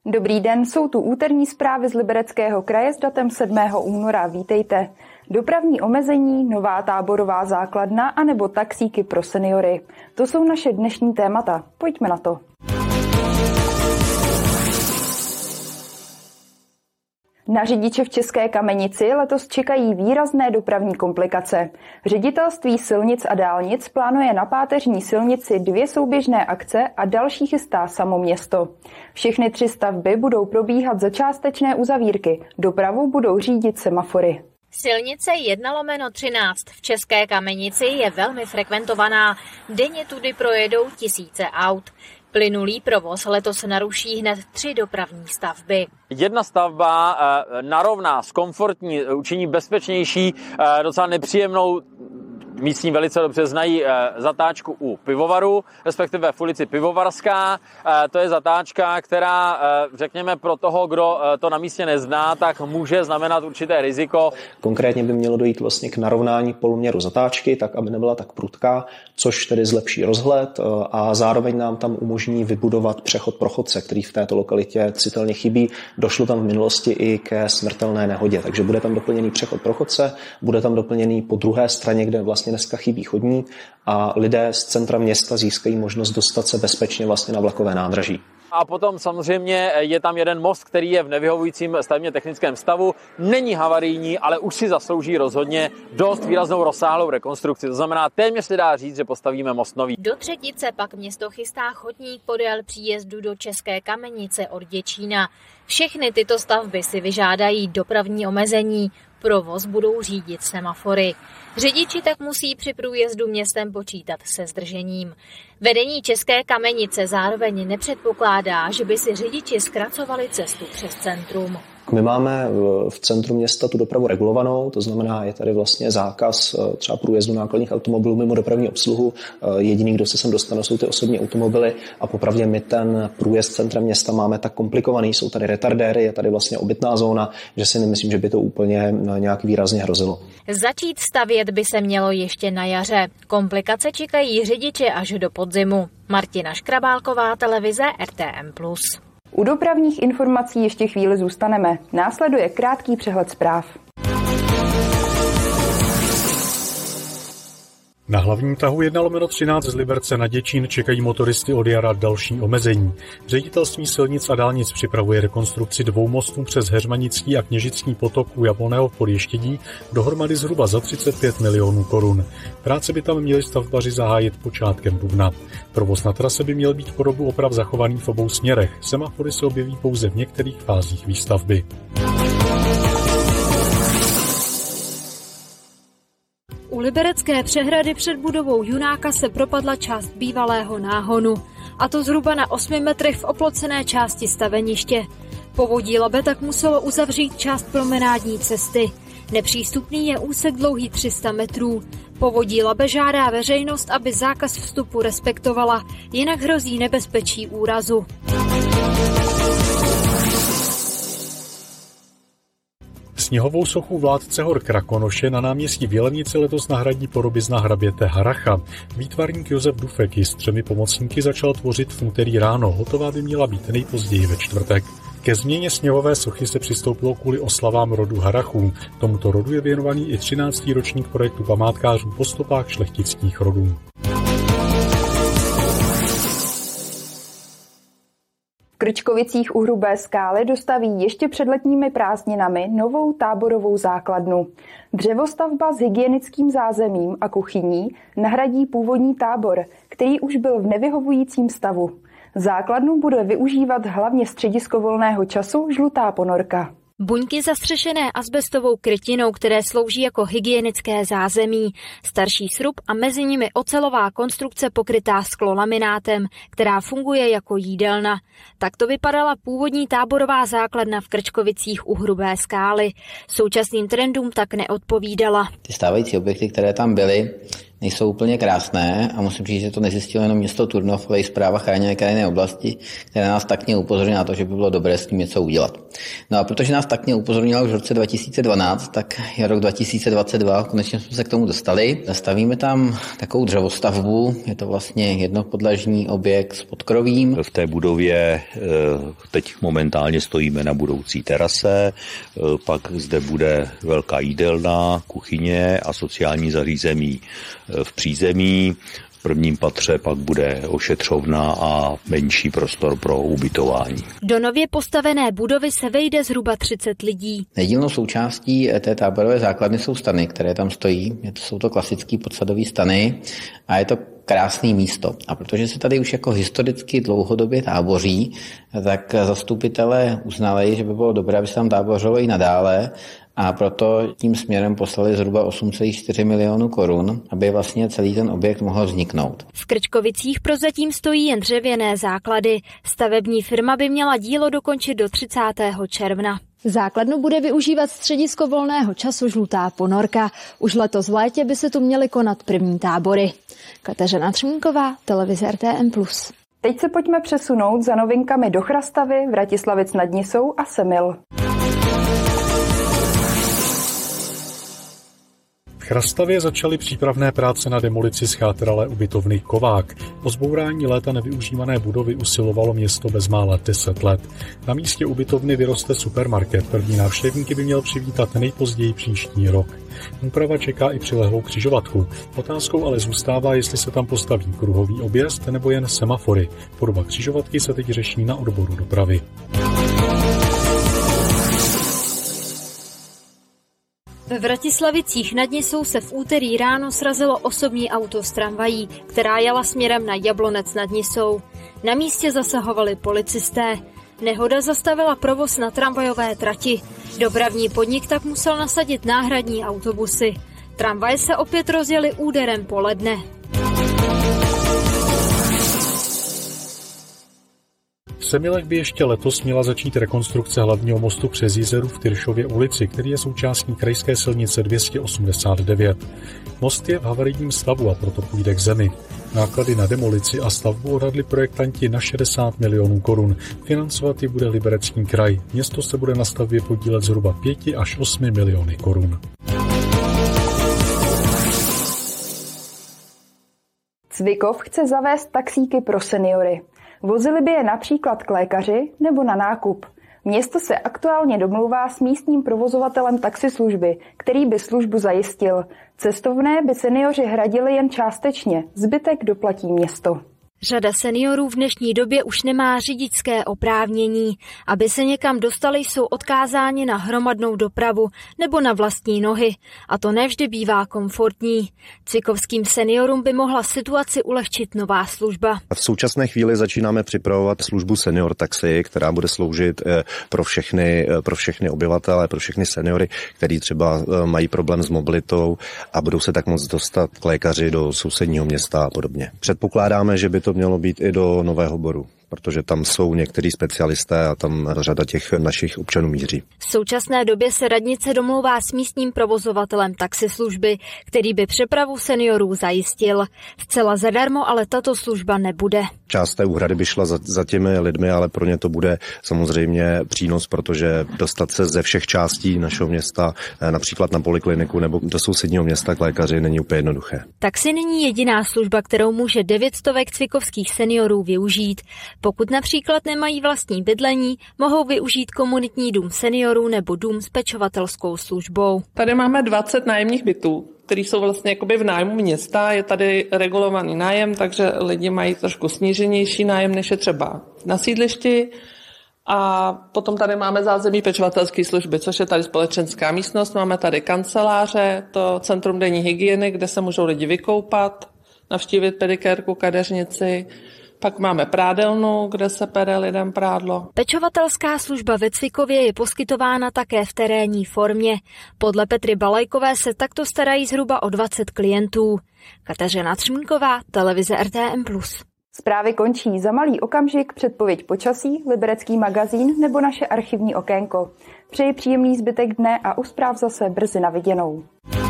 Dobrý den, jsou tu úterní zprávy z Libereckého kraje s datem 7. února. Vítejte. Dopravní omezení, nová táborová základna anebo taxíky pro seniory. To jsou naše dnešní témata. Pojďme na to. Na řidiče v České Kamenici letos čekají výrazné dopravní komplikace. Ředitelství silnic a dálnic plánuje na páteřní silnici 2 souběžné akce a další chystá samo město. Všechny 3 stavby budou probíhat za částečné uzavírky. Dopravu budou řídit semafory. Silnice 1/13 v České Kamenici je velmi frekventovaná. Denně tudy projedou tisíce aut. Plynulý provoz letos naruší hned 3 dopravní stavby. Jedna stavba narovná, zkomfortní, učiní bezpečnější, docela nepříjemnou, místní velice dobře znají zatáčku u pivovaru, respektive v ulici Pivovarská. To je zatáčka, která, řekněme, pro toho, kdo to na místě nezná, tak může znamenat určité riziko. Konkrétně by mělo dojít vlastně k narovnání poloměru zatáčky, tak aby nebyla tak prudká, což tedy zlepší rozhled a zároveň nám tam umožní vybudovat přechod pro chodce, který v této lokalitě citelně chybí. Došlo tam v minulosti i ke smrtelné nehodě, takže bude tam doplněný přechod pro chodce, bude tam doplněný po druhé straně, kde vlastně dneska chybí chodník a lidé z centra města získají možnost dostat se bezpečně vlastně na vlakové nádraží. A potom samozřejmě je tam jeden most, který je v nevyhovujícím stavebně technickém stavu. Není havarijní, ale už si zaslouží rozhodně dost výraznou rozsáhlou rekonstrukci. To znamená, téměř se dá říct, že postavíme most nový. Do třetice pak město chystá chodník podél příjezdu do České Kamenice od Děčína. Všechny tyto stavby si vyžádají dopravní omezení. Provoz budou řídit semafory. Řidiči tak musí při průjezdu městem počítat se zdržením. Vedení České Kamenice zároveň nepředpokládá, že by si řidiči zkracovali cestu přes centrum. My máme v centru města tu dopravu regulovanou, to znamená, je tady vlastně zákaz třeba průjezdu nákladních automobilů mimo dopravní obsluhu. Jediný, kdo se sem dostane, jsou ty osobní automobily a popravdě my ten průjezd centrem města máme tak komplikovaný, jsou tady retardéry, je tady vlastně obytná zóna, že si nemyslím, že by to úplně nějak výrazně hrozilo. Začít stavět by se mělo ještě na jaře. Komplikace čekají řidiče až do podzimu. Martina Škrabálková, televize RTM+. U dopravních informací ještě chvíli zůstaneme. Následuje krátký přehled zpráv. Na hlavním tahu 1/13 z Liberce na Děčín čekají motoristy od jara další omezení. Ředitelství silnic a dálnic připravuje rekonstrukci 2 mostů přes Heřmanický a Kněžický potok u Jablonného v Podještědí dohromady zhruba za 35 milionů korun. Práce by tam měli stavbaři zahájit počátkem dubna. Provoz na trase by měl být po dobu oprav zachovaný v obou směrech. Semafory se objeví pouze v některých fázích výstavby. U Liberecké přehrady před budovou Junáka se propadla část bývalého náhonu, a to zhruba na 8 metrech v oplocené části staveniště. Povodí Labe tak muselo uzavřít část promenádní cesty. Nepřístupný je úsek dlouhý 300 metrů. Povodí Labe žádá veřejnost, aby zákaz vstupu respektovala, jinak hrozí nebezpečí úrazu. Sněhovou sochu vládce hor Krakonoše na náměstí v Jelenici letos nahradí podobizna hraběte Haracha. Výtvarník Josef Dufek ji s 3 pomocníky začal tvořit v úterý ráno. Hotová by měla být nejpozději ve čtvrtek. Ke změně sněhové sochy se přistoupilo kvůli oslavám rodu Harachů. Tomuto rodu je věnovaný i 13. ročník projektu památkářů po stopách šlechtických rodů. V Krčkovicích u Hrubé Skály dostaví ještě před letními prázdninami novou táborovou základnu. Dřevostavba s hygienickým zázemím a kuchyní nahradí původní tábor, který už byl v nevyhovujícím stavu. Základnu bude využívat hlavně středisko volného času Žlutá ponorka. Buňky zastřešené asbestovou krytinou, které slouží jako hygienické zázemí, starší srub a mezi nimi ocelová konstrukce pokrytá sklolaminátem, která funguje jako jídelna. Takto vypadala původní táborová základna v Krčkovicích u Hrubé Skály. Současným trendům tak neodpovídala. Ty stávající objekty, které tam byly, nejsou úplně krásné a musím říct, že to nezjistilo jenom město Turnov, ale i správa chráněné krajinné oblasti, která nás taktně upozornila na to, že by bylo dobré s tím něco udělat. No a protože nás taktně upozornila už v roce 2012, tak je rok 2022, konečně jsme se k tomu dostali. Stavíme tam takovou dřevostavbu, je to vlastně jednopodlažní objekt s podkrovím. V té budově teď momentálně stojíme na budoucí terase, pak zde bude velká jídelna, kuchyně a sociální zařízení v přízemí. V prvním patře pak bude ošetřovna a menší prostor pro ubytování. Do nově postavené budovy se vejde zhruba 30 lidí. Nedílnou součástí té táborové základny jsou stany, které tam stojí. Jsou to klasický podsadový stany a je to krásné místo. A protože se tady už jako historicky dlouhodobě táboří, tak zastupitelé uznali, že by bylo dobré, aby se tam tábořilo i nadále, a proto tím směrem poslali zhruba 8,4 milionu korun, aby vlastně celý ten objekt mohl vzniknout. V Krčkovicích prozatím stojí jen dřevěné základy. Stavební firma by měla dílo dokončit do 30. června. Základnu bude využívat středisko volného času Žlutá ponorka. Už letos v létě by se tu měly konat první tábory. Kateřina Třmínková, televize RTM+. Teď se pojďme přesunout za novinkami do Chrastavy, Vratislavic nad Nisou a Semil. V Chrastavě začaly přípravné práce na demolici zchátralé ubytovny Kovák. O zbourání léta nevyužívané budovy usilovalo město bezmála 10 let. Na místě ubytovny vyroste supermarket. První návštěvníky by měl přivítat nejpozději příští rok. Úprava čeká i přilehlou křižovatku. Otázkou ale zůstává, jestli se tam postaví kruhový objezd nebo jen semafory. Podoba křižovatky se teď řeší na odboru dopravy. Ve Vratislavicích nad Nisou se v úterý ráno srazilo osobní auto s tramvají, která jela směrem na Jablonec nad Nisou. Na místě zasahovali policisté. Nehoda zastavila provoz na tramvajové trati. Dopravní podnik tak musel nasadit náhradní autobusy. Tramvaje se opět rozjely úderem poledne. V Semilech by ještě letos měla začít rekonstrukce hlavního mostu přes Jizeru v Tyršově ulici, který je součástí krajské silnice 289. Most je v havarijním stavu a proto půjde k zemi. Náklady na demolici a stavbu odhadli projektanti na 60 milionů korun. Financovat ji bude Liberecký kraj. Město se bude na stavbě podílet zhruba 5 až 8 miliony korun. Cvikov chce zavést taxíky pro seniory. Vozili by je například k lékaři nebo na nákup. Město se aktuálně domlouvá s místním provozovatelem taxislužby, který by službu zajistil. Cestovné by seniori hradili jen částečně, zbytek doplatí město. Řada seniorů v dnešní době už nemá řidičské oprávnění. Aby se někam dostali, jsou odkázáni na hromadnou dopravu nebo na vlastní nohy. A to nevždy bývá komfortní. Cvikovským seniorům by mohla situaci ulehčit nová služba. V současné chvíli začínáme připravovat službu Senior Taxi, která bude sloužit pro všechny obyvatele, pro všechny seniory, kteří třeba mají problém s mobilitou a budou se tak moc dostat k lékaři do sousedního města a podobně. Předpokládáme, že by to mělo být i do Nového Boru, protože tam jsou někteří specialisté a tam řada těch našich občanů míří. V současné době se radnice domlouvá s místním provozovatelem taxislužby, který by přepravu seniorů zajistil. Zcela zadarmo ale tato služba nebude. Část té úhrady by šla za těmi lidmi, ale pro ně to bude samozřejmě přínos, protože dostat se ze všech částí našeho města, například na polikliniku nebo do sousedního města k lékaři, není úplně jednoduché. Taxi není jediná služba, kterou může 900 cvikovských seniorů využít. Pokud například nemají vlastní bydlení, mohou využít komunitní dům seniorů nebo dům s pečovatelskou službou. Tady máme 20 nájemních bytů, které jsou vlastně jakoby v nájmu města. Je tady regulovaný nájem, takže lidi mají trošku sníženější nájem, než je třeba na sídlišti. A potom tady máme zázemí pečovatelské služby, což je tady společenská místnost. Máme tady kanceláře, to centrum denní hygieny, kde se můžou lidi vykoupat, navštívit pedikérku, kadeřnici. Pak máme prádelnu, kde se pere lidem prádlo. Pečovatelská služba ve Cvikově je poskytována také v terénní formě. Podle Petry Balajkové se takto starají zhruba o 20 klientů. Kateřina Třmínková, televize RTM+. Zprávy končí za malý okamžik, předpověď počasí, Liberecký magazín nebo naše archivní okénko. Přeji příjemný zbytek dne a u zpráv zase brzy na viděnou.